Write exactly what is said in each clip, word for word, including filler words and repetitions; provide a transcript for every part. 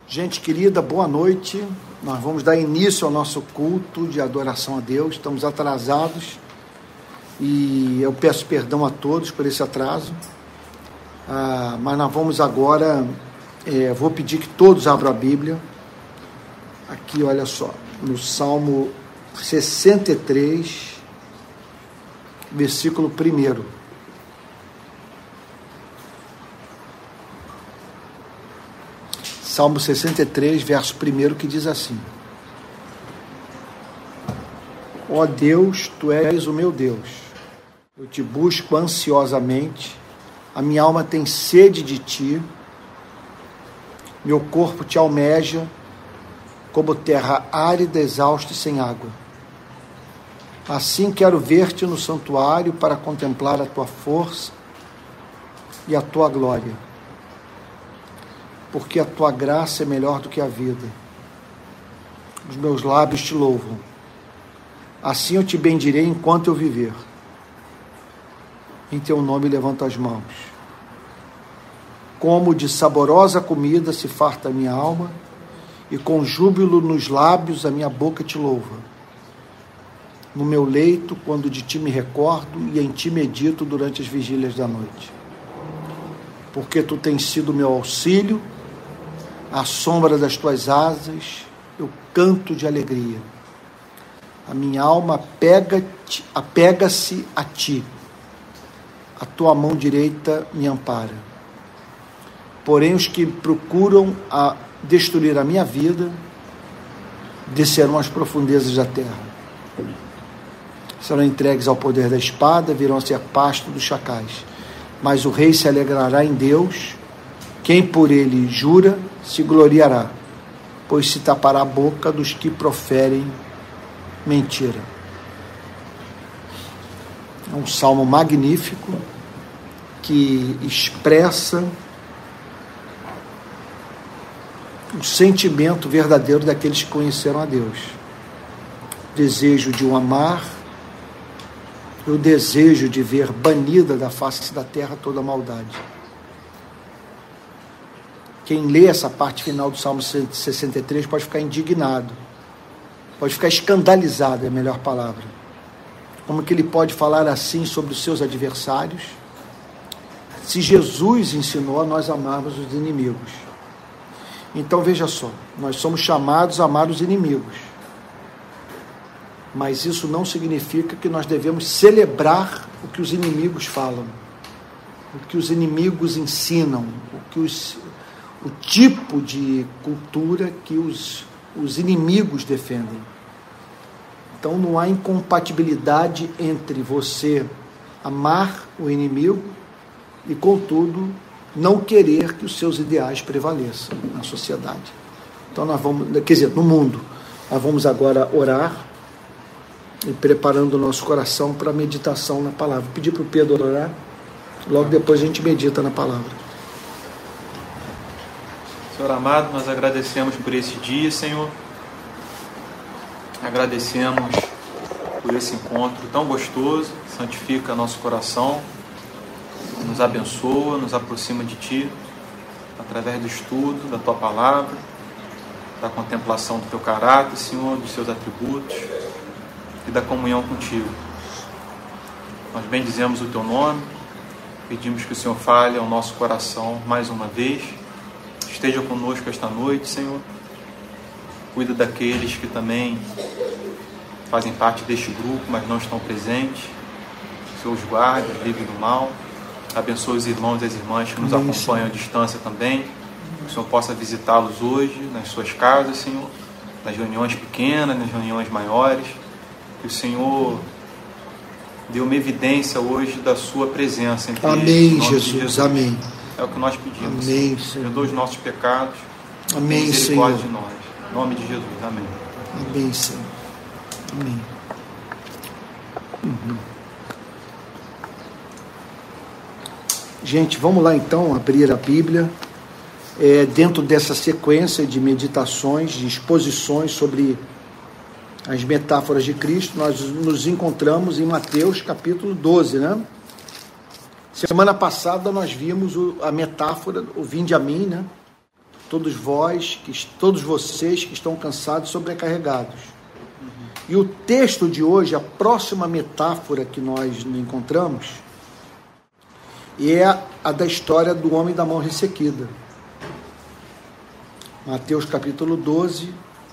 Gente querida, boa noite. Nós vamos dar início ao nosso culto de adoração a Deus. Estamos atrasados e eu peço perdão a todos por esse atraso. Ah, mas nós vamos agora, é, vou pedir que todos abram a Bíblia. Aqui, olha só, no Salmo sessenta e três, versículo primeiro. Salmo sessenta e três, verso primeiro, que diz assim: Ó Deus, Tu és o meu Deus, eu te busco ansiosamente, a minha alma tem sede de Ti, meu corpo Te almeja, como terra árida, exausta e sem água. Assim quero ver-Te no santuário para contemplar a Tua força e a Tua glória. Porque a Tua graça é melhor do que a vida. Os meus lábios Te louvam. Assim eu Te bendirei enquanto eu viver. Em Teu nome levanto as mãos. Como de saborosa comida se farta a minha alma, e com júbilo nos lábios a minha boca Te louva. No meu leito, quando de Ti me recordo, e em Ti medito durante as vigílias da noite. Porque Tu tens sido meu auxílio, à sombra das Tuas asas, eu canto de alegria. A minha alma apega-te, apega-se a Ti. A Tua mão direita me ampara. Porém, os que procuram a destruir a minha vida, descerão às profundezas da terra. Serão entregues ao poder da espada, virão ser pasto dos chacais. Mas o rei se alegrará em Deus, quem por ele jura se gloriará, pois se tapará a boca dos que proferem mentira. É um salmo magnífico que expressa o sentimento verdadeiro daqueles que conheceram a Deus. Desejo de o amar, o desejo de ver banida da face da terra toda a maldade. Quem lê essa parte final do Salmo sessenta e três pode ficar indignado, pode ficar escandalizado, é a melhor palavra. Como que ele pode falar assim sobre os seus adversários, se Jesus ensinou a nós amarmos os inimigos? Então veja só, nós somos chamados a amar os inimigos, mas isso não significa que nós devemos celebrar o que os inimigos falam, o que os inimigos ensinam, o que os o tipo de cultura que os, os inimigos defendem. Então não há incompatibilidade entre você amar o inimigo e, contudo, não querer que os seus ideais prevaleçam na sociedade. Então nós vamos, quer dizer, no mundo, nós vamos agora orar e preparando o nosso coração para a meditação na palavra. Pedir para o Pedro orar, logo depois a gente medita na palavra. Senhor amado, nós agradecemos por esse dia, Senhor. Agradecemos por esse encontro tão gostoso, que santifica nosso coração, nos abençoa, nos aproxima de Ti, através do estudo da Tua palavra, da contemplação do Teu caráter, Senhor, dos Seus atributos e da comunhão contigo. Nós bendizemos o Teu nome, pedimos que o Senhor fale ao nosso coração mais uma vez. Esteja conosco esta noite, Senhor. Cuida daqueles que também fazem parte deste grupo, mas não estão presentes. O Senhor os guarde, os livre do mal. Abençoe os irmãos e as irmãs que nos Amém, acompanham à distância também. Que o Senhor possa visitá-los hoje nas suas casas, Senhor. Nas reuniões pequenas, nas reuniões maiores. Que o Senhor dê uma evidência hoje da sua presença entre eles. Amém, Jesus. Jesus. Amém. É o que nós pedimos. Amém, Senhor. Perdoa os nossos pecados. Amém, misericórdia Senhor. de nós. Em nome de Jesus. Amém. Amém, Senhor. Amém. Uhum. Gente, vamos lá então abrir a Bíblia. É, dentro dessa sequência de meditações, de exposições sobre as metáforas de Cristo, nós nos encontramos em Mateus capítulo doze, né? Semana passada nós vimos o, a metáfora, o vinde a mim, né? todos vós, que, todos vocês que estão cansados e sobrecarregados. Uhum. E o texto de hoje, a próxima metáfora que nós encontramos, é a da história do homem da mão ressequida. Mateus capítulo doze,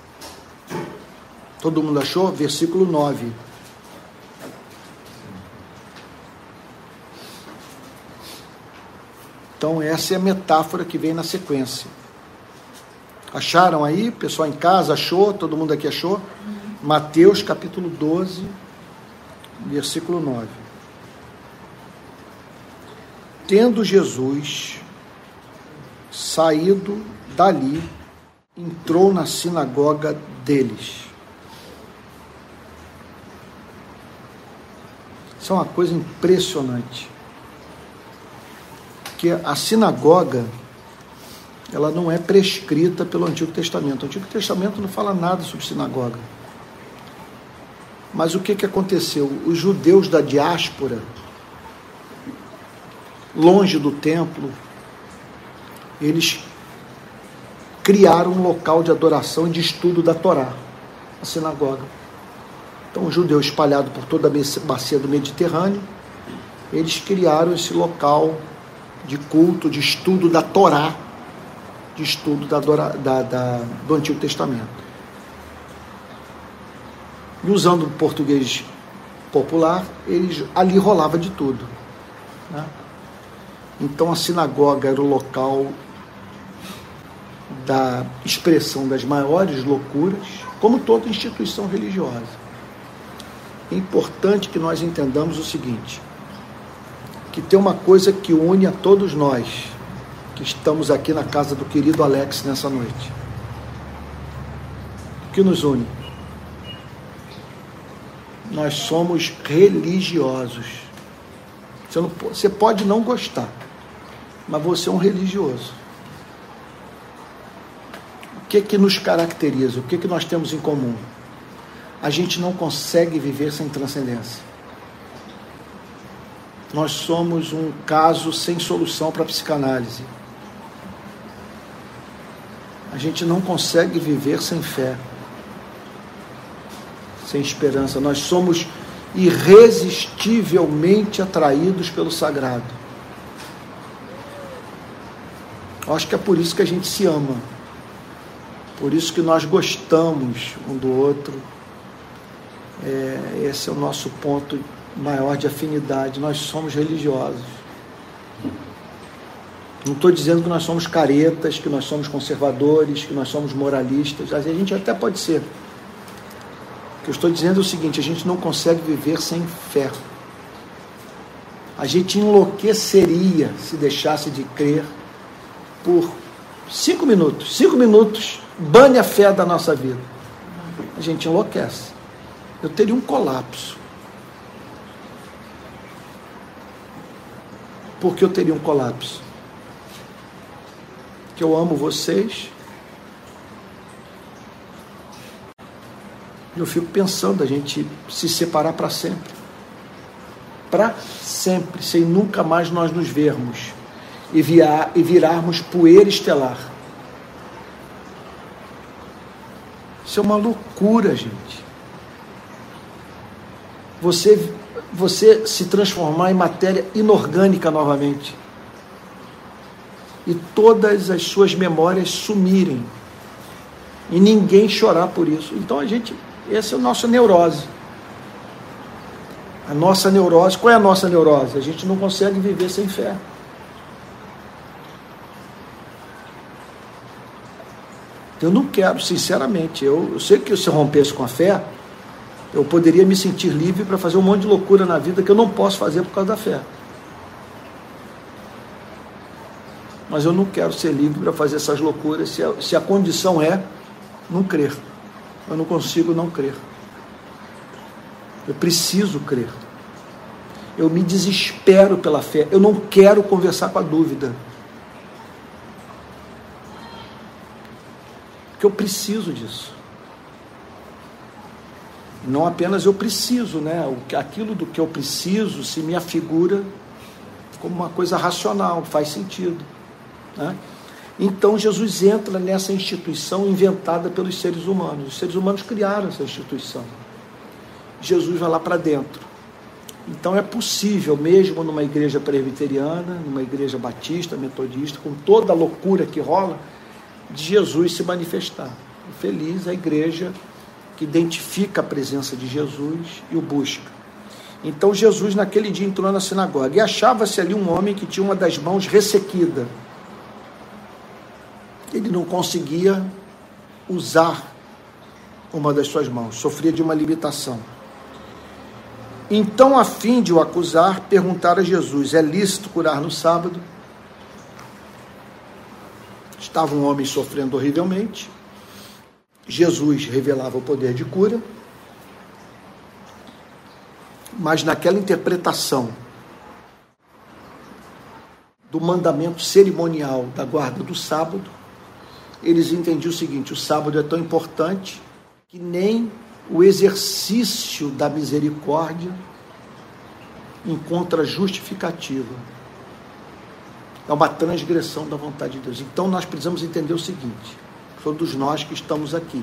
todo mundo achou? Versículo nove. Então essa é a metáfora que vem na sequência. Acharam aí? Pessoal em casa achou? Todo mundo aqui achou? Mateus capítulo doze, versículo nove. Tendo Jesus saído dali, entrou na sinagoga deles. Isso é uma coisa impressionante. Porque a sinagoga, ela não é prescrita pelo Antigo Testamento. O Antigo Testamento não fala nada sobre sinagoga. Mas o que, que aconteceu? Os judeus da diáspora, longe do templo, eles criaram um local de adoração e de estudo da Torá, a sinagoga. Então, os judeus espalhados por toda a bacia do Mediterrâneo, eles criaram esse local de culto, de estudo da Torá, de estudo da, da, da, do Antigo Testamento. E usando o português popular, eles, ali rolava de tudo, né? Então a sinagoga era o local da expressão das maiores loucuras, como toda instituição religiosa. É importante que nós entendamos o seguinte, que tem uma coisa que une a todos nós, que estamos aqui na casa do querido Alex nessa noite. O que nos une? Nós somos religiosos. Você, não, você pode não gostar, mas você é um religioso. O que que nos caracteriza? O que que nós temos em comum? A gente não consegue viver sem transcendência. Nós somos um caso sem solução para a psicanálise. A gente não consegue viver sem fé, sem esperança. Nós somos irresistivelmente atraídos pelo sagrado. Eu acho que é por isso que a gente se ama. Por isso que nós gostamos um do outro. É, esse é o nosso ponto maior de afinidade. Nós somos religiosos. Não estou dizendo que nós somos caretas, que nós somos conservadores, que nós somos moralistas. A gente até pode ser. O que eu estou dizendo é o seguinte: a gente não consegue viver sem fé. A gente enlouqueceria se deixasse de crer por cinco minutos. Cinco minutos, bane a fé da nossa vida. A gente enlouquece. Eu teria um colapso. Por que eu teria um colapso? Que eu amo vocês. Eu fico pensando a gente se separar para sempre. Para sempre, sem nunca mais nós nos vermos e, via, e virarmos poeira estelar. Isso é uma loucura, gente. Você, você se transformar em matéria inorgânica novamente. E todas as suas memórias sumirem. E ninguém chorar por isso. Então a gente, essa é a nossa neurose. A nossa neurose, qual é a nossa neurose? A gente não consegue viver sem fé. Eu não quero, sinceramente. Eu, eu sei que se eu rompesse com a fé, eu poderia me sentir livre para fazer um monte de loucura na vida que eu não posso fazer por causa da fé. Mas eu não quero ser livre para fazer essas loucuras se a, se a condição é não crer. Eu não consigo não crer. Eu preciso crer. Eu me desespero pela fé. Eu não quero conversar com a dúvida. Porque eu preciso disso. Não apenas eu preciso, né? Aquilo do que eu preciso se me afigura como uma coisa racional, faz sentido, né? Então Jesus entra nessa instituição inventada pelos seres humanos. Os seres humanos criaram essa instituição. Jesus vai lá para dentro. Então é possível, mesmo numa igreja presbiteriana, numa igreja batista, metodista, com toda a loucura que rola, de Jesus se manifestar. Feliz a igreja que identifica a presença de Jesus e o busca. Então Jesus naquele dia entrou na sinagoga e achava-se ali um homem que tinha uma das mãos ressequida. Ele não conseguia usar uma das suas mãos, sofria de uma limitação. Então, a fim de o acusar, perguntaram a Jesus: é lícito curar no sábado? Estava um homem sofrendo horrivelmente. Jesus revelava o poder de cura, mas naquela interpretação do mandamento cerimonial da guarda do sábado, eles entendiam o seguinte: o sábado é tão importante que nem o exercício da misericórdia encontra justificativa. É uma transgressão da vontade de Deus. Então nós precisamos entender o seguinte: todos nós que estamos aqui,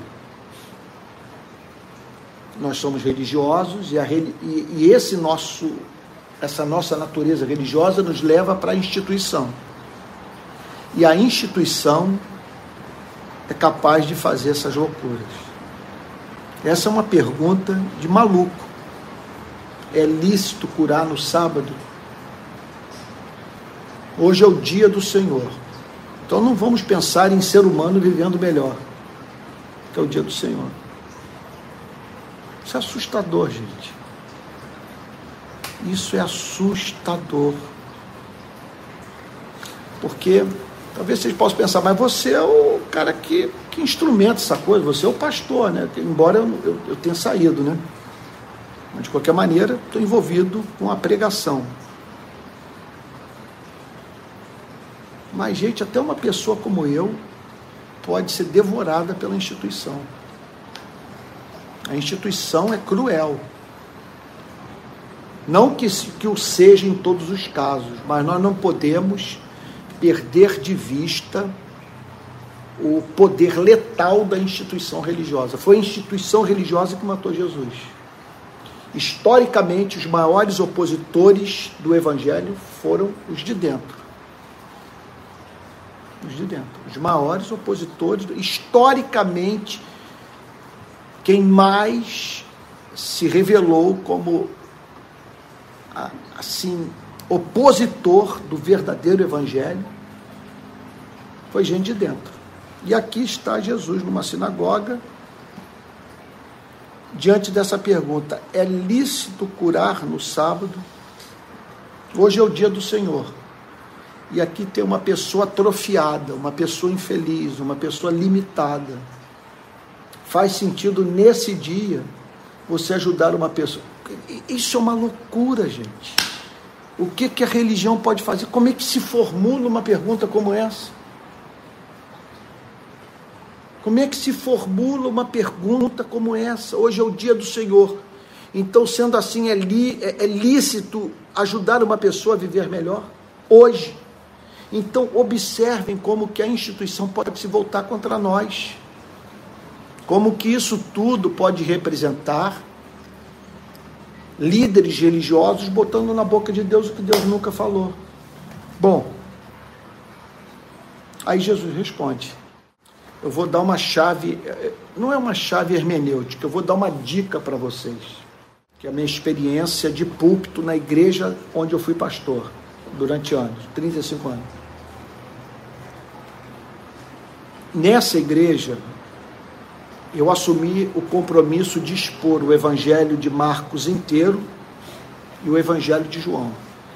nós somos religiosos e, a, e, e esse nosso, essa nossa natureza religiosa nos leva para a instituição. E a instituição é capaz de fazer essas loucuras. Essa é uma pergunta de maluco. É lícito curar no sábado? Hoje é o dia do Senhor. Então não vamos pensar em ser humano vivendo melhor, que é o dia do Senhor. Isso é assustador, gente. Isso é assustador. Porque talvez vocês possam pensar: mas você é o cara que, que instrumenta essa coisa, você é o pastor, né? Embora eu, eu, eu tenha saído, né? Mas de qualquer maneira, estou envolvido com a pregação. Mas, gente, até uma pessoa como eu pode ser devorada pela instituição. A instituição é cruel. Não que, que o seja em todos os casos, mas nós não podemos perder de vista o poder letal da instituição religiosa. Foi a instituição religiosa que matou Jesus. Historicamente, os maiores opositores do Evangelho foram os de dentro. Os de dentro. Os maiores opositores, historicamente, quem mais se revelou como, assim, opositor do verdadeiro Evangelho foi gente de dentro. E aqui está Jesus numa sinagoga, diante dessa pergunta: é lícito curar no sábado? Hoje é o dia do Senhor. E aqui tem uma pessoa atrofiada, uma pessoa infeliz, uma pessoa limitada. Faz sentido nesse dia você ajudar uma pessoa? Isso é uma loucura, gente. O que, que a religião pode fazer? Como é que se formula uma pergunta como essa? Como é que se formula uma pergunta como essa? Hoje é o dia do Senhor. Então, sendo assim, é, li, é, é lícito ajudar uma pessoa a viver melhor? Hoje. Então, observem como que a instituição pode se voltar contra nós. Como que isso tudo pode representar líderes religiosos botando na boca de Deus o que Deus nunca falou. Bom, aí Jesus responde. Eu vou dar uma chave, não é uma chave hermenêutica, eu vou dar uma dica para vocês, que é a minha experiência de púlpito na igreja onde eu fui pastor durante anos, trinta e cinco anos. Nessa igreja, eu assumi o compromisso de expor o Evangelho de Marcos inteiro e o Evangelho de João.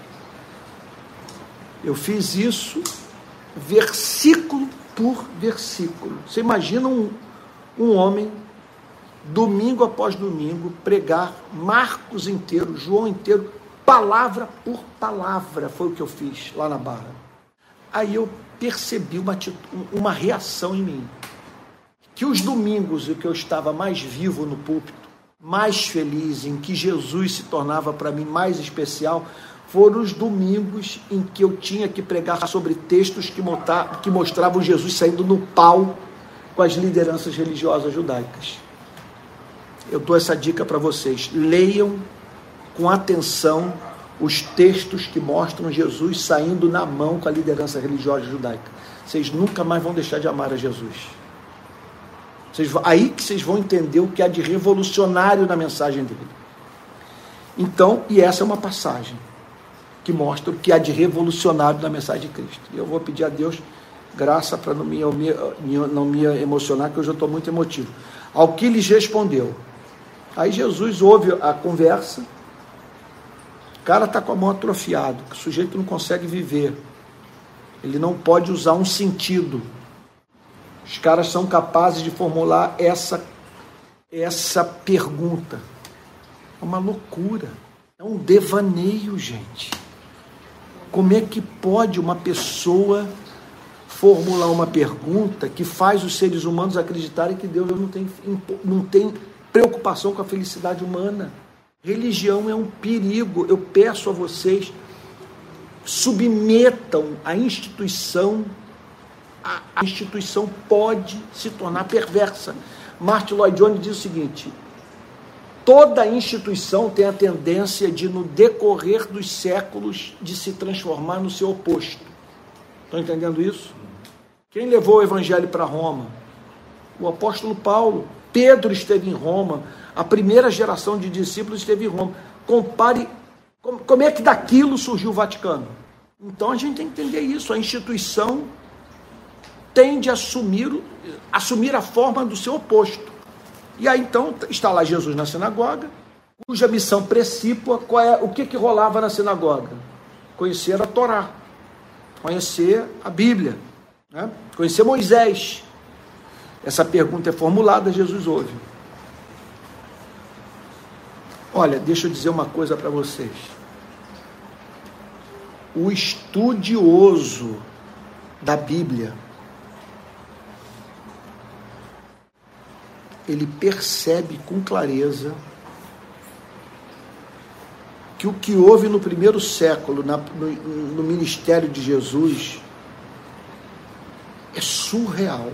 Eu fiz isso versículo por versículo. Você imagina um, um homem, domingo após domingo, pregar Marcos inteiro, João inteiro, palavra por palavra. Foi o que eu fiz lá na Barra. Aí eu percebi uma, uma reação em mim. Que os domingos em que eu estava mais vivo no púlpito, mais feliz, em que Jesus se tornava para mim mais especial, foram os domingos em que eu tinha que pregar sobre textos que, montar, que mostravam Jesus saindo no pau com as lideranças religiosas judaicas. Eu dou essa dica para vocês: leiam com atenção os textos que mostram Jesus saindo na mão com a liderança religiosa judaica. Vocês nunca mais vão deixar de amar a Jesus. Vocês, aí que vocês vão entender o que há de revolucionário na mensagem dele. Então, e essa é uma passagem que mostra o que há de revolucionário na mensagem de Cristo. E eu vou pedir a Deus graça para não me, não me emocionar, que hoje eu estou muito emotivo. Ao que lhes respondeu. Aí Jesus ouve a conversa. O cara está com a mão atrofiada, o sujeito não consegue viver. Ele não pode usar um sentido. Os caras são capazes de formular essa, essa pergunta. É uma loucura. É um devaneio, gente. Como é que pode uma pessoa formular uma pergunta que faz os seres humanos acreditarem que Deus não tem, não tem preocupação com a felicidade humana? Religião é um perigo. Eu peço a vocês, submetam a instituição. A, a instituição pode se tornar perversa. Martin Lloyd Jones diz o seguinte: toda instituição tem a tendência de, no decorrer dos séculos, de se transformar no seu oposto. Estão entendendo isso? Quem levou o evangelho para Roma? O apóstolo Paulo. Pedro esteve em Roma. A primeira geração de discípulos esteve em Roma. Compare, como, como é que daquilo surgiu o Vaticano? Então a gente tem que entender isso. A instituição tende a assumir, assumir a forma do seu oposto. E aí então está lá Jesus na sinagoga, cuja missão precípua, qual é, o que, que rolava na sinagoga? Conhecer a Torá, conhecer a Bíblia, né? Conhecer Moisés. Essa pergunta é formulada, Jesus ouve. Olha, deixa eu dizer uma coisa para vocês. O estudioso da Bíblia, ele percebe com clareza que o que houve no primeiro século, na, no, no ministério de Jesus, é surreal.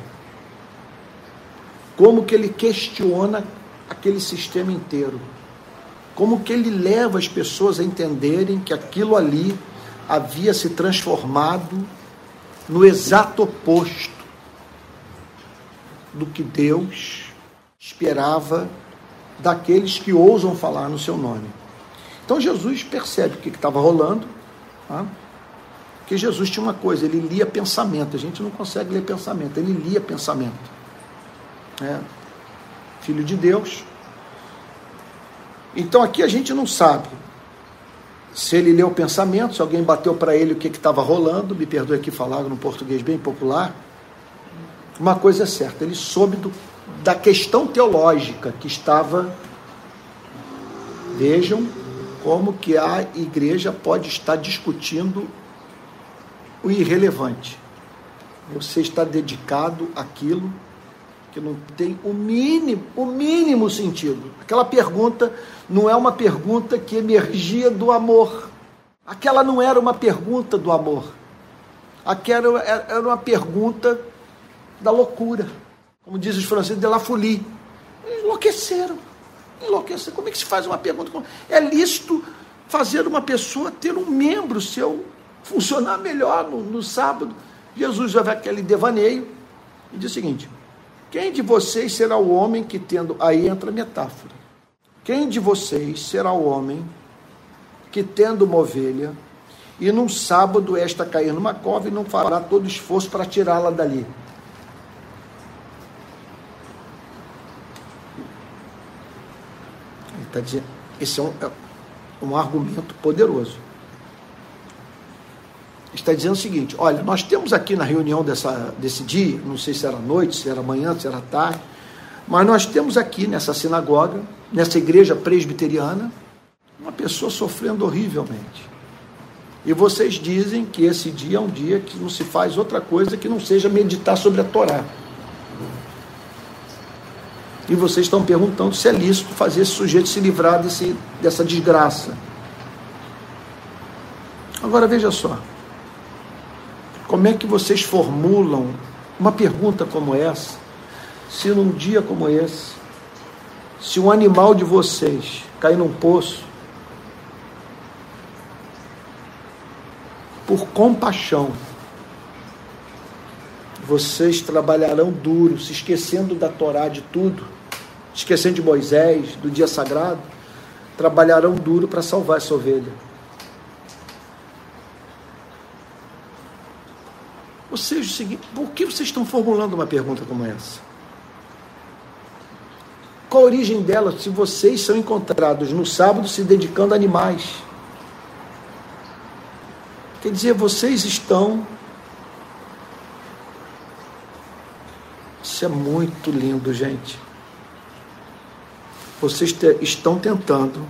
Como que ele questiona aquele sistema inteiro. Como que ele leva as pessoas a entenderem que aquilo ali havia se transformado no exato oposto do que Deus esperava daqueles que ousam falar no seu nome. Então Jesus percebe o que estava rolando, tá? Que Jesus tinha uma coisa, ele lia pensamento. A gente não consegue ler pensamento, ele lia pensamento. É, filho de Deus. Então aqui a gente não sabe se ele leu o pensamento, se alguém bateu para ele o que estava rolando. Me perdoe aqui falar no português bem popular. Uma coisa é certa, ele soube do, da questão teológica que estava. Vejam como que a igreja pode estar discutindo o irrelevante. Você está dedicado àquilo que não tem o mínimo, o mínimo sentido. Aquela pergunta não é uma pergunta que emergia do amor. Aquela não era uma pergunta do amor. Aquela era uma pergunta da loucura. Como diz os franceses, de la folie. Enlouqueceram. Enlouqueceram. Como é que se faz uma pergunta? É lícito fazer uma pessoa ter um membro seu funcionar melhor no, no sábado. Jesus ouve aquele devaneio e diz o seguinte: quem de vocês será o homem que tendo... Aí entra a metáfora. Quem de vocês será o homem que tendo uma ovelha e num sábado esta cair numa cova e não fará todo esforço para tirá-la dali? Ele está dizendo... Esse é um, é um argumento poderoso. Está dizendo o seguinte: olha, nós temos aqui na reunião dessa, desse dia, não sei se era noite, se era manhã, se era tarde, mas nós temos aqui nessa sinagoga, nessa igreja presbiteriana, uma pessoa sofrendo horrivelmente. E vocês dizem que esse dia é um dia que não se faz outra coisa que não seja meditar sobre a Torá. E vocês estão perguntando se é lícito fazer esse sujeito se livrar desse, dessa desgraça. Agora veja só, como é que vocês formulam uma pergunta como essa, se num dia como esse, se um animal de vocês cair num poço, por compaixão, vocês trabalharão duro, se esquecendo da Torá, de tudo, esquecendo de Moisés, do dia sagrado, trabalharão duro para salvar essa ovelha. Ou seja, o seguinte, por que vocês estão formulando uma pergunta como essa? Qual a origem dela, se vocês são encontrados no sábado se dedicando a animais? Quer dizer, vocês estão... Isso é muito lindo, gente. Vocês te... estão tentando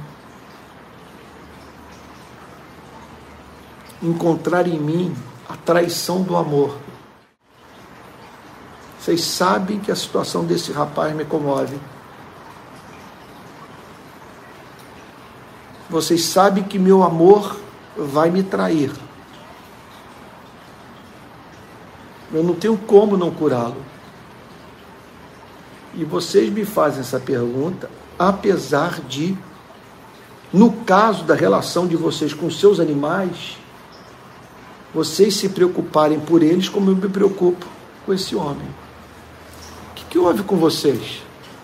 encontrar em mim a traição do amor. Vocês sabem que a situação desse rapaz me comove. Vocês sabem que meu amor vai me trair. Eu não tenho como não curá-lo. E vocês me fazem essa pergunta, apesar de, no caso da relação de vocês com seus animais, vocês se preocuparem por eles como eu me preocupo com esse homem. O que, que houve com vocês?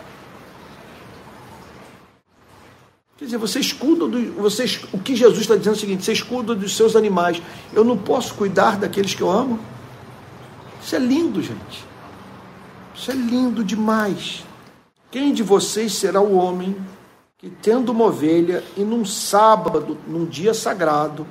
Quer dizer, vocês cuidam do, vocês, o que Jesus está dizendo é o seguinte, vocês cuidam dos seus animais, eu não posso cuidar daqueles que eu amo? Isso é lindo, gente. Isso é lindo demais. Quem de vocês será o homem que, tendo uma ovelha e num sábado, num dia sagrado,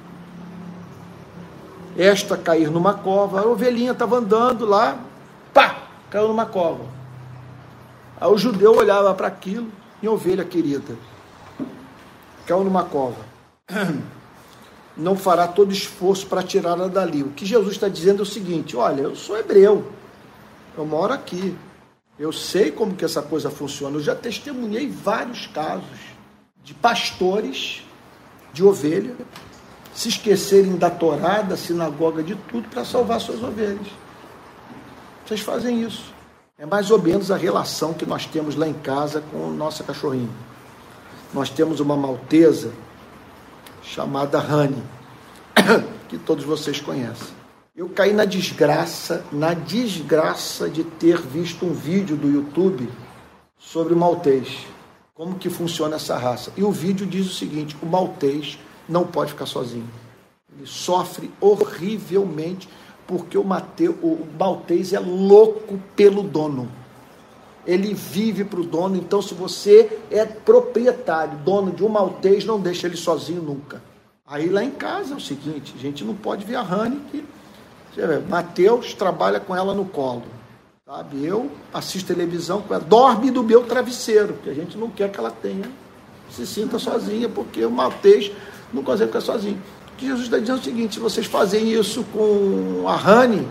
esta cair numa cova, a ovelhinha estava andando lá, pá, caiu numa cova. Aí o judeu olhava para aquilo, minha ovelha querida, caiu numa cova. Não fará todo esforço para tirá-la dali. O que Jesus está dizendo é o seguinte, olha, eu sou hebreu, eu moro aqui, eu sei como que essa coisa funciona, eu já testemunhei vários casos de pastores de ovelha se esquecerem da Torá, da sinagoga, de tudo para salvar suas ovelhas. Vocês fazem isso. É mais ou menos a relação que nós temos lá em casa com o nosso cachorrinho. Nós temos uma maltesa chamada Honey, que todos vocês conhecem. Eu caí na desgraça, na desgraça de ter visto um vídeo do YouTube sobre o maltês, como que funciona essa raça. E o vídeo diz o seguinte, o maltês não pode ficar sozinho. Ele sofre horrivelmente, porque o, Mateu, o maltês é louco pelo dono. Ele vive para o dono, então se você é proprietário, dono de um maltês, não deixa ele sozinho nunca. Aí lá em casa é o seguinte, a gente não pode ver a Honey, que Mateus trabalha com ela no colo, sabe? Eu assisto televisão com ela, dorme do meu travesseiro, porque a gente não quer que ela tenha, se sinta sozinha, porque o maltês não consegue ficar sozinho. O que Jesus está dizendo é o seguinte, se vocês fazem isso com a Honey,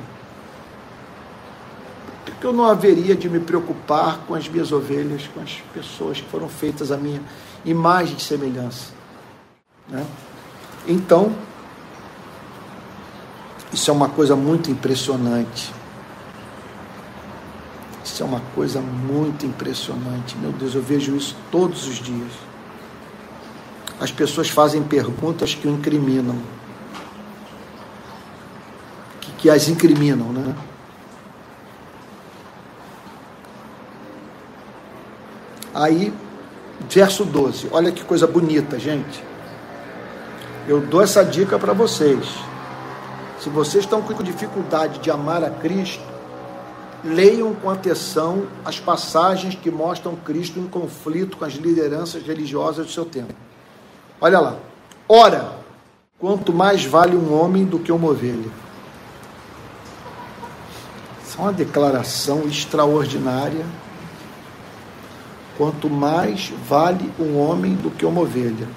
que eu não haveria de me preocupar com as minhas ovelhas, com as pessoas que foram feitas à minha imagem e semelhança, né? Então, isso é uma coisa muito impressionante. Isso é uma coisa muito impressionante. Meu Deus, eu vejo isso todos os dias. As pessoas fazem perguntas que o incriminam, que, que as incriminam, né? Aí, verso doze, olha que coisa bonita, gente. Eu dou essa dica para vocês. Se vocês estão com dificuldade de amar a Cristo, leiam com atenção as passagens que mostram Cristo em conflito com as lideranças religiosas do seu tempo. Olha lá. Ora, quanto mais vale um homem do que uma ovelha. Isso é uma declaração extraordinária. Quanto mais vale um homem do que uma ovelha.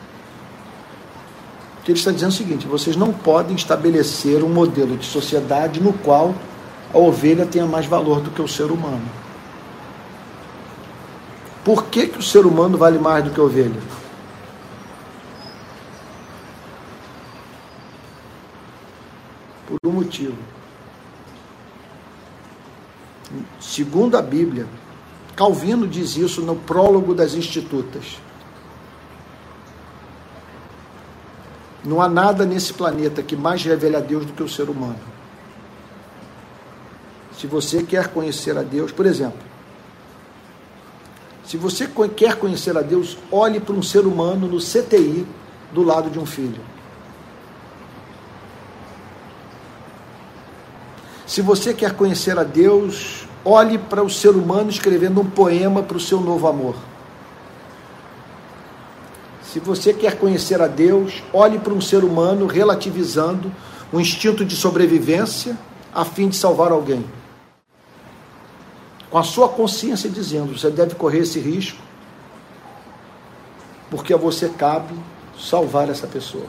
O que ele está dizendo é o seguinte, vocês não podem estabelecer um modelo de sociedade no qual a ovelha tenha mais valor do que o ser humano. Por que que o ser humano vale mais do que a ovelha? objetivo. Segundo a Bíblia, Calvino diz isso no prólogo das Institutas. Não há nada nesse planeta que mais revele a Deus do que o ser humano. Se você quer conhecer a Deus, por exemplo, se você quer conhecer a Deus, olhe para um ser humano no C T I do lado de um filho. Se você quer conhecer a Deus, olhe para o ser humano escrevendo um poema para o seu novo amor. Se você quer conhecer a Deus, olhe para um ser humano relativizando o instinto de sobrevivência a fim de salvar alguém. Com a sua consciência dizendo, você deve correr esse risco, porque a você cabe salvar essa pessoa.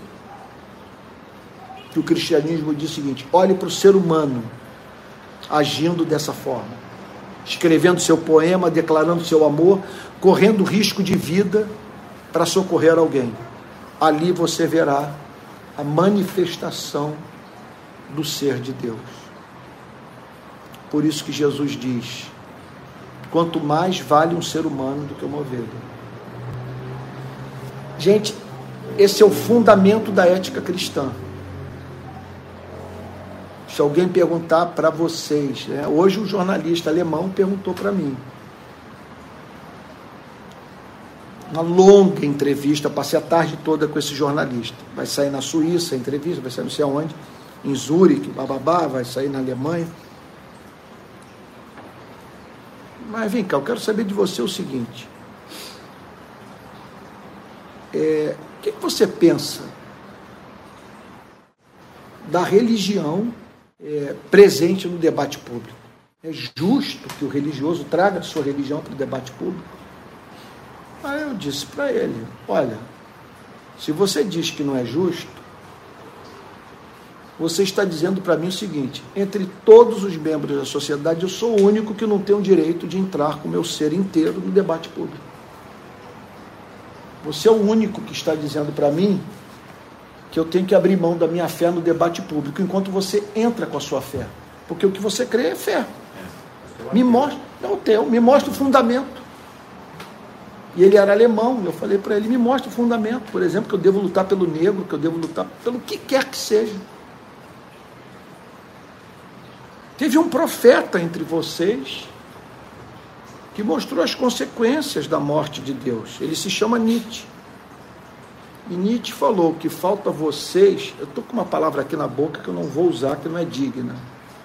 E o cristianismo diz o seguinte, olhe para o ser humano agindo dessa forma, escrevendo seu poema, declarando seu amor, correndo risco de vida para socorrer alguém. Ali você verá a manifestação do ser de Deus. Por isso que Jesus diz, quanto mais vale um ser humano do que uma ovelha. Gente, esse é o fundamento da ética cristã. Se alguém perguntar para vocês, né? Hoje um jornalista alemão perguntou para mim, uma longa entrevista, passei a tarde toda com esse jornalista, vai sair na Suíça a entrevista, vai sair não sei aonde, em Zurique, bababá, vai sair na Alemanha. Mas vem cá, eu quero saber de você o seguinte, é, o que você pensa da religião é, presente no debate público? É justo que o religioso traga a sua religião para o debate público? Aí eu disse para ele, olha, se você diz que não é justo, você está dizendo para mim o seguinte, entre todos os membros da sociedade, eu sou o único que não tem o direito de entrar com o meu ser inteiro no debate público. Você é o único que está dizendo para mim que eu tenho que abrir mão da minha fé no debate público, enquanto você entra com a sua fé. Porque o que você crê é fé. Me mostra, é o teu, me mostra o fundamento. E ele era alemão, eu falei para ele, me mostra o fundamento, por exemplo, que eu devo lutar pelo negro, que eu devo lutar pelo que quer que seja. Teve um profeta entre vocês que mostrou as consequências da morte de Deus. Ele se chama Nietzsche. E Nietzsche falou que falta a vocês, eu estou com uma palavra aqui na boca que eu não vou usar, que não é digna.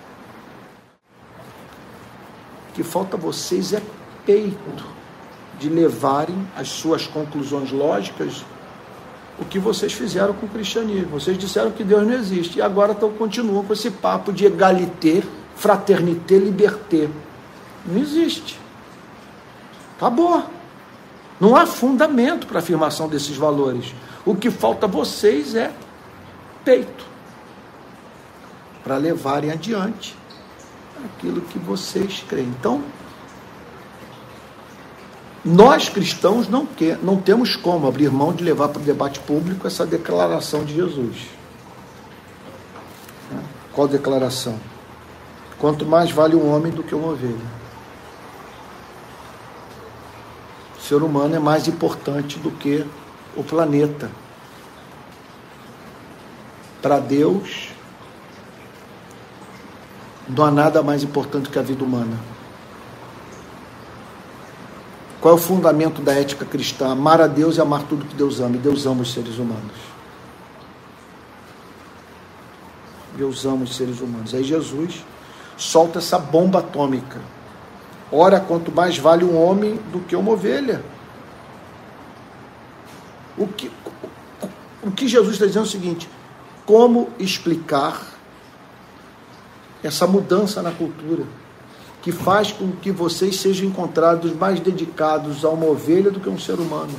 Que falta a vocês é peito de levarem as suas conclusões lógicas o que vocês fizeram com o cristianismo. Vocês disseram que Deus não existe e agora estão, continuam com esse papo de égalité, fraternité, liberté. Não existe. Acabou. Não há fundamento para a afirmação desses valores. O que falta a vocês é peito para levarem adiante aquilo que vocês creem. Então, nós cristãos não, quer, não temos como abrir mão de levar para o debate público essa declaração de Jesus. Qual declaração? Quanto mais vale um homem do que uma ovelha. O ser humano é mais importante do que o planeta. Para Deus, não há nada mais importante que a vida humana. Qual é o fundamento da ética cristã? Amar a Deus e amar tudo que Deus ama. E Deus ama os seres humanos. Deus ama os seres humanos. Aí Jesus solta essa bomba atômica. Ora, quanto mais vale um homem do que uma ovelha. O que, o que Jesus está dizendo é o seguinte, como explicar essa mudança na cultura, que faz com que vocês sejam encontrados mais dedicados a uma ovelha do que a um ser humano?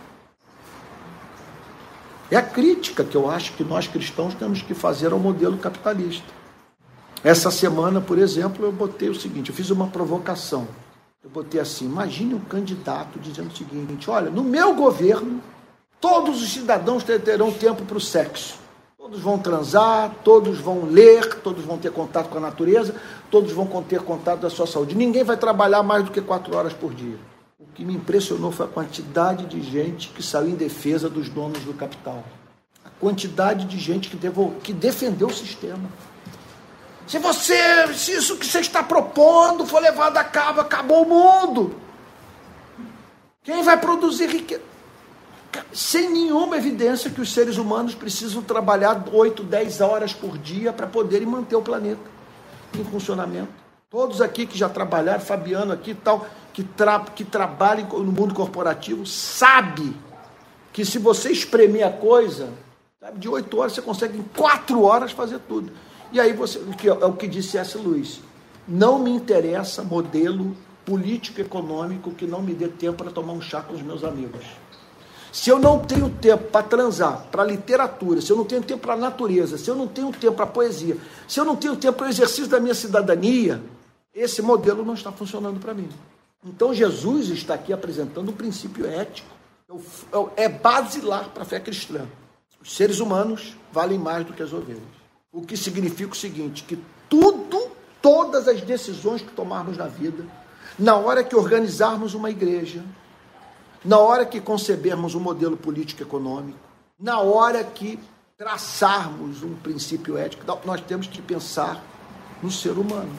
É a crítica que eu acho que nós cristãos temos que fazer ao modelo capitalista. Essa semana, por exemplo, eu botei o seguinte, eu fiz uma provocação. Eu botei assim, imagine um candidato dizendo o seguinte, olha, no meu governo, todos os cidadãos terão tempo para o sexo. Todos vão transar, todos vão ler, todos vão ter contato com a natureza, todos vão ter contato da sua saúde. Ninguém vai trabalhar mais do que quatro horas por dia. O que me impressionou foi a quantidade de gente que saiu em defesa dos donos do capital. A quantidade de gente que, devol... que defendeu o sistema. Se você, se isso que você está propondo for levado a cabo, acabou o mundo. Quem vai produzir riqueza? Sem nenhuma evidência que os seres humanos precisam trabalhar oito, dez horas por dia para poderem manter o planeta em funcionamento. Todos aqui que já trabalharam, Fabiano aqui e tal, que, tra que trabalham no mundo corporativo, sabe que se você espremer a coisa, sabe, de oito horas você consegue em quatro horas fazer tudo. E aí você, que é o que disse C S Lewis, não me interessa modelo político-econômico que não me dê tempo para tomar um chá com os meus amigos. Se eu não tenho tempo para transar, para literatura, se eu não tenho tempo para a natureza, se eu não tenho tempo para a poesia, se eu não tenho tempo para o exercício da minha cidadania, esse modelo não está funcionando para mim. Então Jesus está aqui apresentando um princípio ético, é basilar para a fé cristã. Os seres humanos valem mais do que as ovelhas. O que significa o seguinte, que tudo, todas as decisões que tomarmos na vida, na hora que organizarmos uma igreja, na hora que concebermos um modelo político-econômico, na hora que traçarmos um princípio ético, nós temos que pensar no ser humano.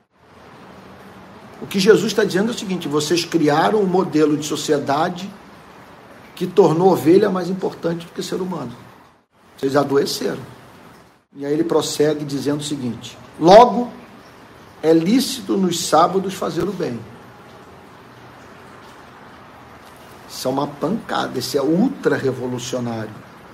O que Jesus está dizendo é o seguinte, vocês criaram um modelo de sociedade que tornou a ovelha mais importante do que o ser humano. Vocês adoeceram. E aí ele prossegue dizendo o seguinte, logo, é lícito nos sábados fazer o bem. Isso é uma pancada, isso é ultra-revolucionário.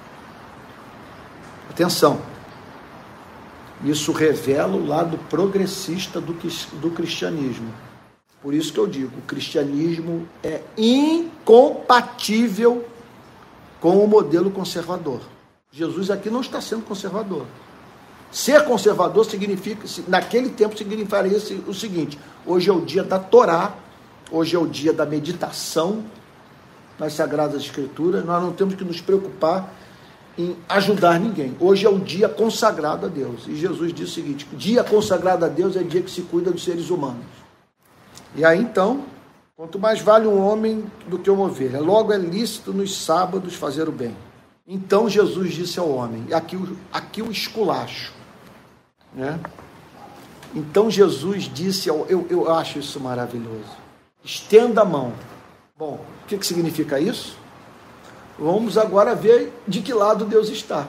Atenção, isso revela o lado progressista do, do cristianismo. Por isso que eu digo, o cristianismo é incompatível com o modelo conservador. Jesus aqui não está sendo conservador. Ser conservador significa, naquele tempo significaria o seguinte, hoje é o dia da Torá, hoje é o dia da meditação nas Sagradas Escrituras, nós não temos que nos preocupar em ajudar ninguém. Hoje é o dia consagrado a Deus. E Jesus disse o seguinte, dia consagrado a Deus é dia que se cuida dos seres humanos. E aí então, quanto mais vale um homem do que uma ovelha, logo é lícito nos sábados fazer o bem. Então Jesus disse ao homem, aqui, aqui o esculacho, né? Então Jesus disse, ao, eu, eu acho isso maravilhoso, estenda a mão. Bom, o que, que significa isso? Vamos agora ver de que lado Deus está.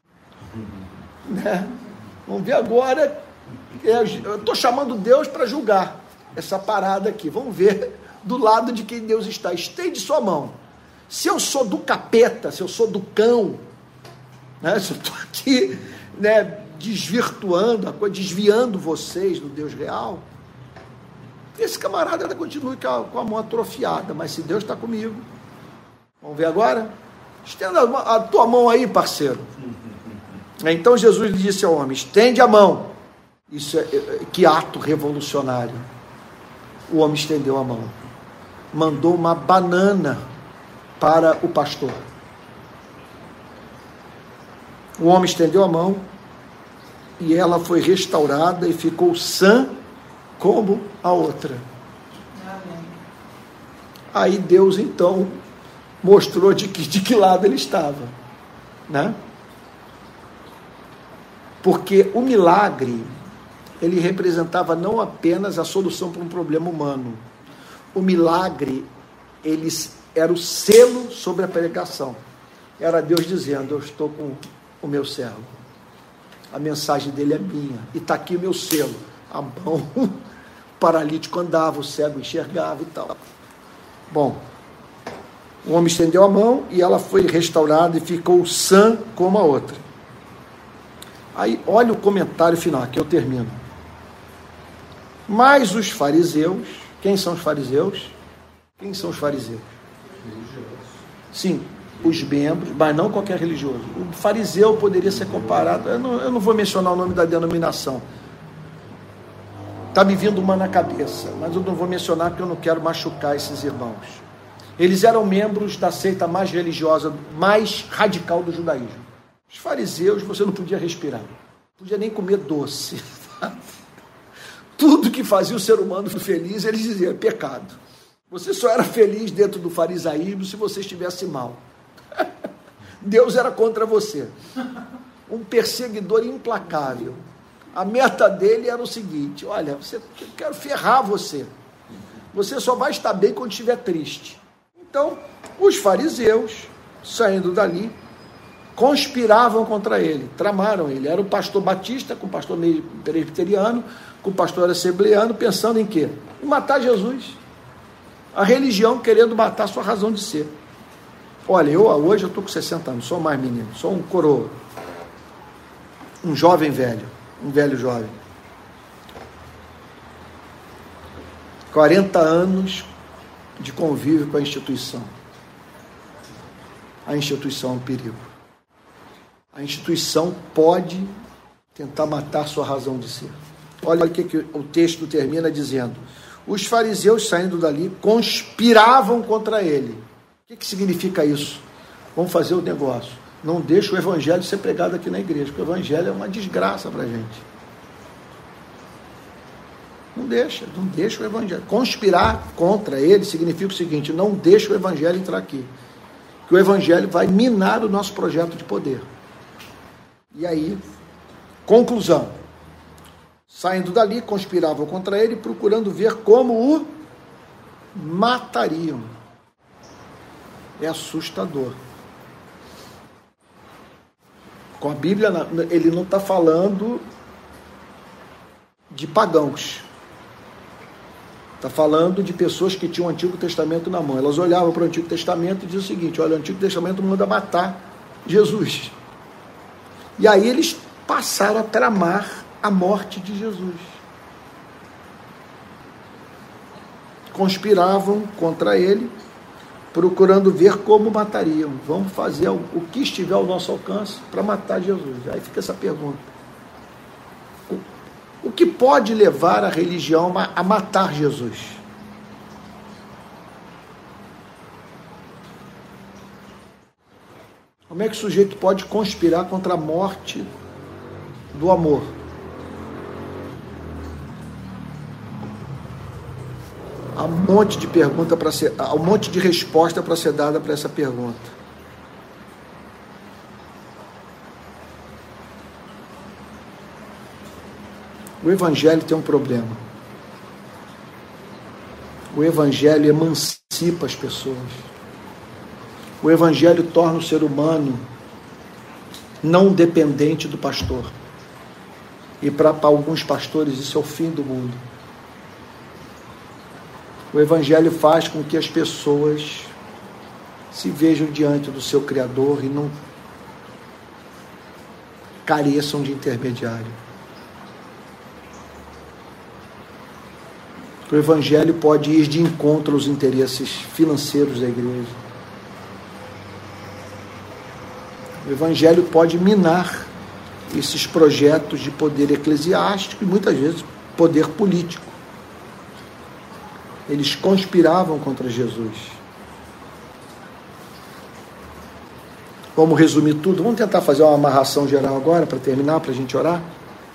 Né? Vamos ver agora, eu estou chamando Deus para julgar essa parada aqui. Vamos ver do lado de quem Deus está. Estende sua mão. Se eu sou do capeta, se eu sou do cão, né? Se eu estou aqui, né, desvirtuando a coisa, desviando vocês do Deus real, esse camarada ainda continua com a mão atrofiada, mas se Deus está comigo, vamos ver agora? Estenda a tua mão aí, parceiro. Então Jesus lhe disse ao homem, estende a mão. Isso é, que ato revolucionário. O homem estendeu a mão, mandou uma banana para o pastor. O homem estendeu a mão e ela foi restaurada e ficou sã como a outra. Amém. Aí Deus então mostrou de que, de que lado ele estava, né? Porque o milagre, ele representava não apenas a solução para um problema humano. O milagre, ele era o selo sobre a pregação. Era Deus dizendo, eu estou com o meu servo. A mensagem dele é minha. E está aqui o meu selo. A mão, o paralítico andava, o cego enxergava e tal. Bom, o homem estendeu a mão e ela foi restaurada e ficou sã como a outra. Aí, olha o comentário final, que eu termino. Mas os fariseus, quem são os fariseus? Quem são os fariseus? Religiosos. Sim, os membros, mas não qualquer religioso. O fariseu poderia ser comparado, eu não, eu não vou mencionar o nome da denominação. Está me vindo uma na cabeça, mas eu não vou mencionar porque eu não quero machucar esses irmãos. Eles eram membros da seita mais religiosa, mais radical do judaísmo. Os fariseus, você não podia respirar, não podia nem comer doce. Tudo que fazia o ser humano feliz, eles diziam, é pecado. Você só era feliz dentro do farisaísmo se você estivesse mal. Deus era contra você. Um perseguidor implacável. A meta dele era o seguinte, olha, você, eu quero ferrar você. Você só vai estar bem quando estiver triste. Então, os fariseus, saindo dali, conspiravam contra ele, tramaram ele. Era o pastor batista com o pastor presbiteriano, com o pastor assembleano, pensando em quê? Em matar Jesus. A religião querendo matar a sua razão de ser. Olha, eu hoje eu estou com sessenta anos, sou mais menino, sou um coroa. Um jovem velho, um velho jovem. quarenta anos de convívio com a instituição. A instituição é um perigo. A instituição pode tentar matar sua razão de ser. Olha o que, que o texto termina dizendo. Os fariseus, saindo dali, conspiravam contra ele. O que, que significa isso? Vamos fazer o negócio. Não deixa o evangelho ser pregado aqui na igreja, porque o evangelho é uma desgraça para a gente. Não deixa, não deixa o evangelho. Conspirar contra ele significa o seguinte, não deixa o evangelho entrar aqui. Que o evangelho vai minar o nosso projeto de poder. E aí, conclusão. Saindo dali, conspiravam contra ele, procurando ver como o matariam. É assustador. Com a Bíblia, ele não está falando de pagãos. Está falando de pessoas que tinham o Antigo Testamento na mão. Elas olhavam para o Antigo Testamento e diziam o seguinte, olha, o Antigo Testamento manda matar Jesus. E aí eles passaram a tramar a morte de Jesus. Conspiravam contra ele, procurando ver como matariam. Vamos fazer o que estiver ao nosso alcance para matar Jesus. Aí fica essa pergunta. O que pode levar a religião a matar Jesus? Como é que o sujeito pode conspirar contra a morte do amor? Há um monte de pergunta para ser, há um monte de resposta para ser dada para essa pergunta. O evangelho tem um problema. O evangelho emancipa as pessoas. O evangelho torna o ser humano não dependente do pastor. E para alguns pastores isso é o fim do mundo. O evangelho faz com que as pessoas se vejam diante do seu Criador e não careçam de intermediário. O evangelho pode ir de encontro aos interesses financeiros da igreja. O evangelho pode minar esses projetos de poder eclesiástico e muitas vezes poder político. Eles conspiravam contra Jesus. Vamos resumir tudo? Vamos tentar fazer uma amarração geral agora para terminar, para a gente orar?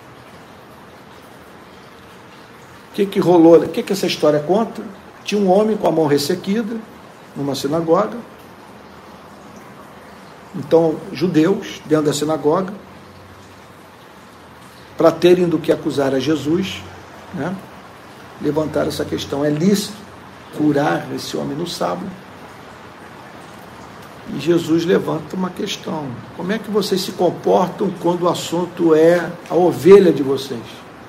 O que que rolou? O que que essa história conta? Tinha um homem com a mão ressequida numa sinagoga. Então, judeus dentro da sinagoga, para terem do que acusar a Jesus, né, levantaram essa questão. É lícito curar esse homem no sábado? E Jesus levanta uma questão. Como é que vocês se comportam quando o assunto é a ovelha de vocês?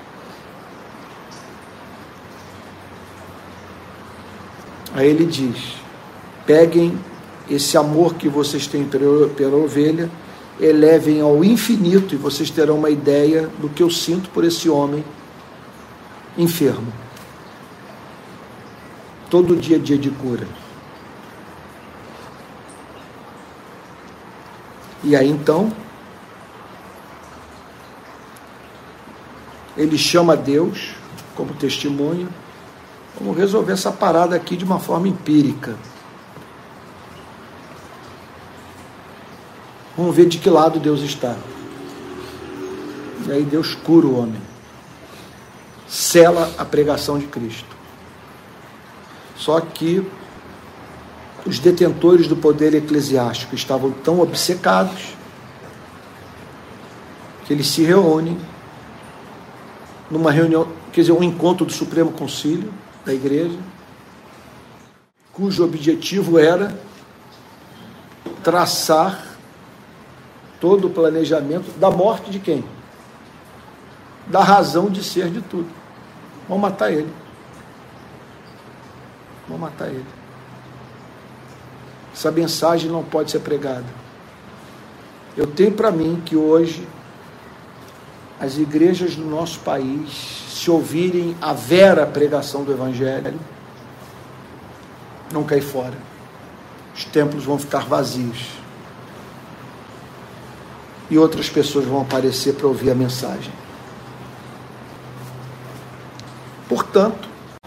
Aí ele diz, peguem esse amor que vocês têm pela ovelha, elevem ao infinito e vocês terão uma ideia do que eu sinto por esse homem enfermo. Todo dia é dia de cura. E aí então, ele chama Deus como testemunha. Vamos resolver essa parada aqui de uma forma empírica. Vamos ver de que lado Deus está. E aí Deus cura o homem. Sela a pregação de Cristo. Só que os detentores do poder eclesiástico estavam tão obcecados que eles se reúnem numa reunião, quer dizer, um encontro do Supremo Concílio da Igreja, cujo objetivo era traçar todo o planejamento da morte de quem? Da razão de ser de tudo. Vão matar ele. Vão matar ele. Essa mensagem não pode ser pregada. Eu tenho para mim que hoje as igrejas do nosso país, se ouvirem a vera pregação do Evangelho, não cair fora. Os templos vão ficar vazios. E outras pessoas vão aparecer para ouvir a mensagem. Portanto,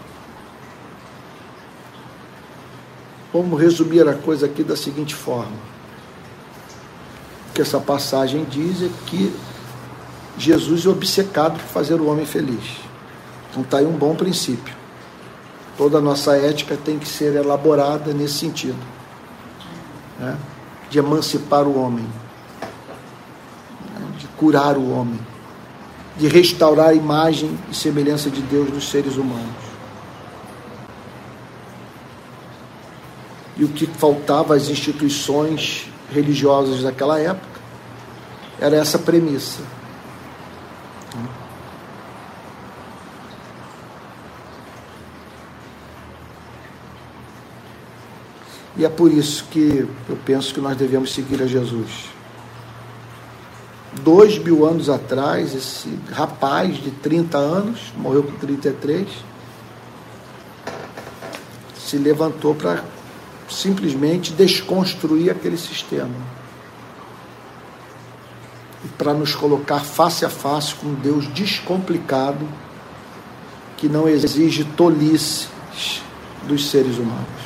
vamos resumir a coisa aqui da seguinte forma. O que essa passagem diz é que Jesus é obcecado por fazer o homem feliz. Então está aí um bom princípio. Toda a nossa ética tem que ser elaborada nesse sentido, né? De emancipar o homem, né? De curar o homem, de restaurar a imagem e semelhança de Deus nos seres humanos. E o que faltava às instituições religiosas daquela época era essa premissa. E é por isso que eu penso que nós devemos seguir a Jesus. Dois mil anos atrás, esse rapaz de trinta anos, morreu com trinta e três, se levantou para simplesmente desconstruir aquele sistema. E para nos colocar face a face com um Deus descomplicado, que não exige tolices dos seres humanos.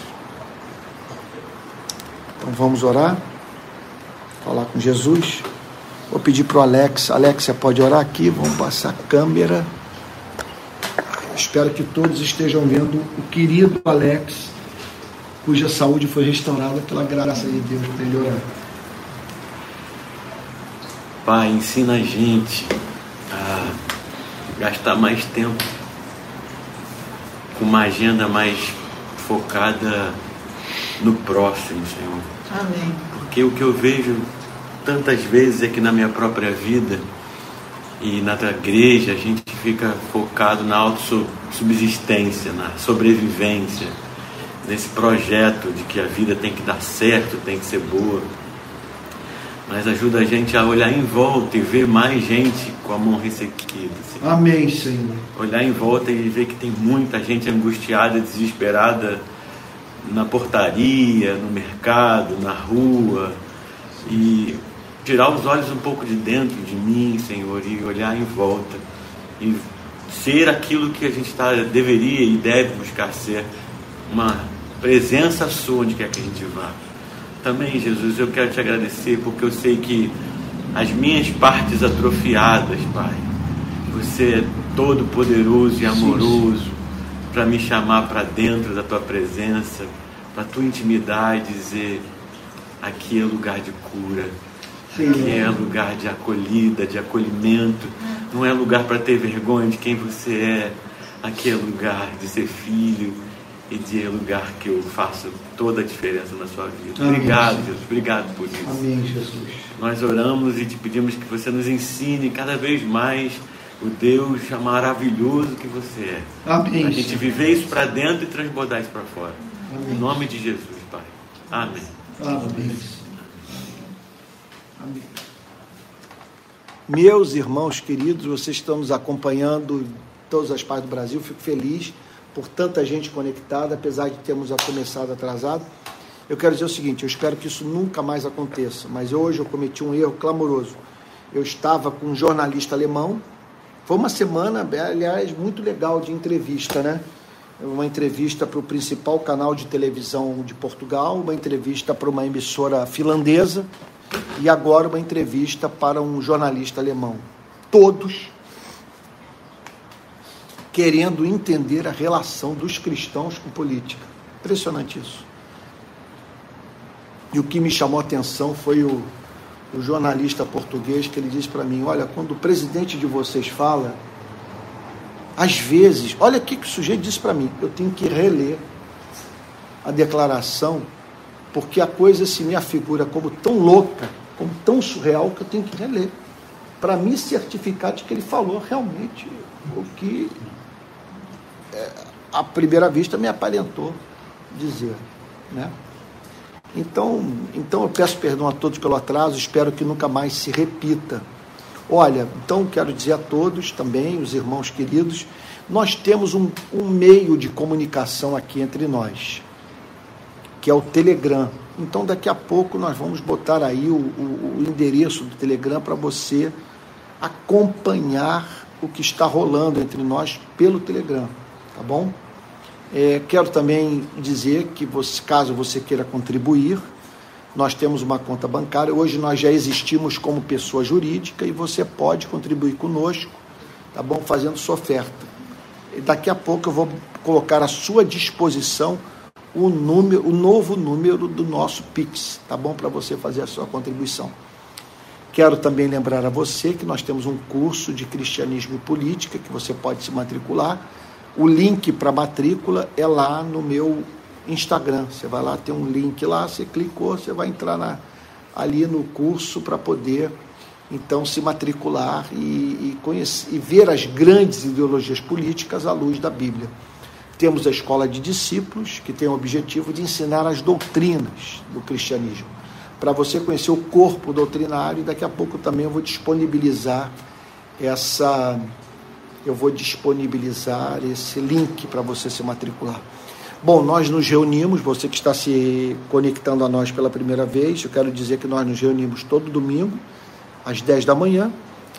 Então vamos orar, falar com Jesus. Vou pedir para o Alex. Alex, você pode orar aqui? Vamos passar a câmera. Espero que todos estejam vendo o querido Alex, cuja saúde foi restaurada pela graça de Deus, para ele orar. Pai, ensina a gente a gastar mais tempo com uma agenda mais focada no próximo, Senhor. Amém. Porque o que eu vejo tantas vezes é que na minha própria vida e na tua igreja a gente fica focado na autossubsistência, na sobrevivência, nesse projeto de que a vida tem que dar certo, tem que ser boa. Mas ajuda a gente a olhar em volta e ver mais gente com a mão ressequida. Senhor. Amém, Senhor. Olhar em volta e ver que tem muita gente angustiada, desesperada na portaria, no mercado, na rua, e tirar os olhos um pouco de dentro de mim, Senhor, e olhar em volta e ser aquilo que a gente tá, deveria e deve buscar ser, uma presença sua onde quer que a gente vá. Também, Jesus, eu quero te agradecer porque eu sei que as minhas partes atrofiadas, Pai, você é todo poderoso e amoroso para me chamar para dentro da tua presença, para a tua intimidade, dizer: aqui é lugar de cura, Sim. Aqui é lugar de acolhida, de acolhimento, não é lugar para ter vergonha de quem você é, aqui é lugar de ser filho e de lugar que eu faço toda a diferença na sua vida. Amém. Obrigado, Jesus, obrigado por isso. Amém, Jesus. Nós oramos e te pedimos que você nos ensine cada vez mais o Deus maravilhoso que você é. Amém. A gente viver isso para dentro e transbordar isso para fora. Amém. Em nome de Jesus, Pai. Amém. Amém. Amém. Meus irmãos queridos, vocês estão nos acompanhando em todas as partes do Brasil. Fico feliz por tanta gente conectada, apesar de termos começado atrasado. Eu quero dizer o seguinte: eu espero que isso nunca mais aconteça, mas hoje eu cometi um erro clamoroso. Eu estava com um jornalista alemão. Foi uma semana, aliás, muito legal de entrevista, né? Uma entrevista para o principal canal de televisão de Portugal, uma entrevista para uma emissora finlandesa, e agora uma entrevista para um jornalista alemão. Todos querendo entender a relação dos cristãos com política. Impressionante isso. E o que me chamou a atenção foi o, o jornalista português, que ele disse para mim, olha, quando o presidente de vocês fala, às vezes, olha o que, que o sujeito disse para mim, eu tenho que reler a declaração, porque a coisa se me afigura como tão louca, como tão surreal, que eu tenho que reler, para me certificar de que ele falou realmente o que é, à primeira vista me aparentou dizer, né? Então, então eu peço perdão a todos pelo atraso, espero que nunca mais se repita. Olha, então quero dizer a todos também, os irmãos queridos, nós temos um, um meio de comunicação aqui entre nós, que é o Telegram. Então daqui a pouco nós vamos botar aí o, o, o endereço do Telegram para você acompanhar o que está rolando entre nós pelo Telegram, tá bom? É, quero também dizer que você, caso você queira contribuir, nós temos uma conta bancária, hoje nós já existimos como pessoa jurídica e você pode contribuir conosco, tá bom? Fazendo sua oferta. E daqui a pouco eu vou colocar à sua disposição o, número, o novo número do nosso Pix, tá bom? Para você fazer a sua contribuição. Quero também lembrar a você que nós temos um curso de cristianismo e política que você pode se matricular. O link para matrícula é lá no meu Instagram. Você vai lá, tem um link lá, você clicou, você vai entrar na, ali no curso para poder, então, se matricular e, e, conhecer, e ver as grandes ideologias políticas à luz da Bíblia. Temos a Escola de Discípulos, que tem o objetivo de ensinar as doutrinas do cristianismo, para você conhecer o corpo doutrinário, e daqui a pouco também eu vou disponibilizar essa... eu vou disponibilizar esse link para você se matricular. Bom, nós nos reunimos, você que está se conectando a nós pela primeira vez, eu quero dizer que nós nos reunimos todo domingo, às dez da manhã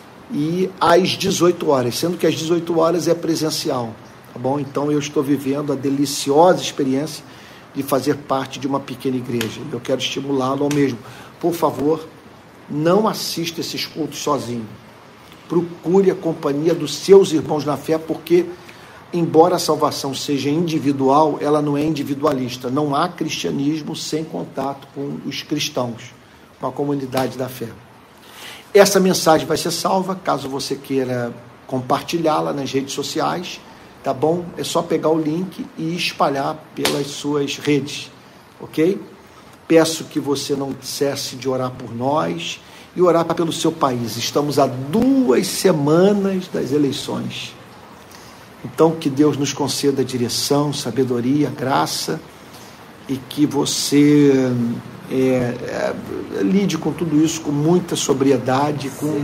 e às dezoito horas, sendo que às dezoito horas é presencial, tá bom? Então eu estou vivendo a deliciosa experiência de fazer parte de uma pequena igreja. Eu quero estimulá-lo ao mesmo. Por favor, não assista esses cultos sozinho. Procure a companhia dos seus irmãos na fé, porque, embora a salvação seja individual, ela não é individualista. Não há cristianismo sem contato com os cristãos, com a comunidade da fé. Essa mensagem vai ser salva, caso você queira compartilhá-la nas redes sociais, tá bom? É só pegar o link e espalhar pelas suas redes, ok? Peço que você não cesse de orar por nós e orar pelo seu país. Estamos a duas semanas das eleições. Então, que Deus nos conceda direção, sabedoria, graça, e que você é, é, lide com tudo isso com muita sobriedade, com...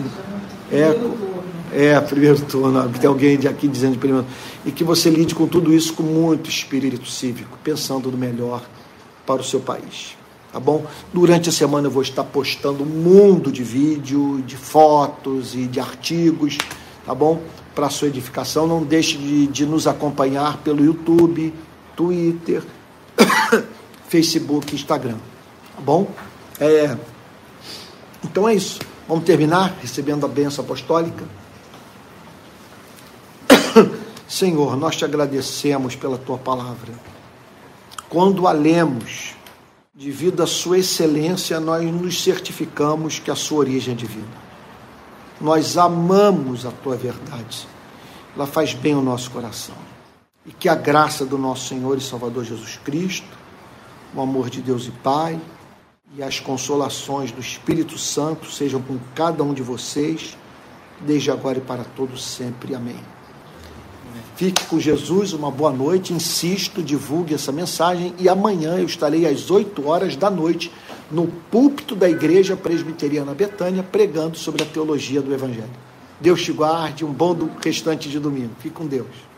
É, é primeiro turno, tem alguém aqui dizendo de primeiro, e que você lide com tudo isso com muito espírito cívico, pensando no melhor para o seu país. Tá bom? Durante a semana eu vou estar postando um mundo de vídeo, de fotos e de artigos, tá bom? Para a sua edificação. Não deixe de, de nos acompanhar pelo YouTube, Twitter, Facebook, Instagram, tá bom? É, então é isso. Vamos terminar recebendo a bênção apostólica. Senhor, nós te agradecemos pela tua palavra. Quando a lemos, devido à sua excelência, nós nos certificamos que a sua origem é divina. Nós amamos a tua verdade. Ela faz bem ao nosso coração. E que a graça do nosso Senhor e Salvador Jesus Cristo, o amor de Deus e Pai, e as consolações do Espírito Santo sejam com cada um de vocês, desde agora e para todos sempre. Amém. Fique com Jesus, uma boa noite, insisto, divulgue essa mensagem, e amanhã eu estarei às oito horas da noite no púlpito da Igreja Presbiteriana Betânia, pregando sobre a teologia do Evangelho. Deus te guarde, um bom restante de domingo. Fique com Deus.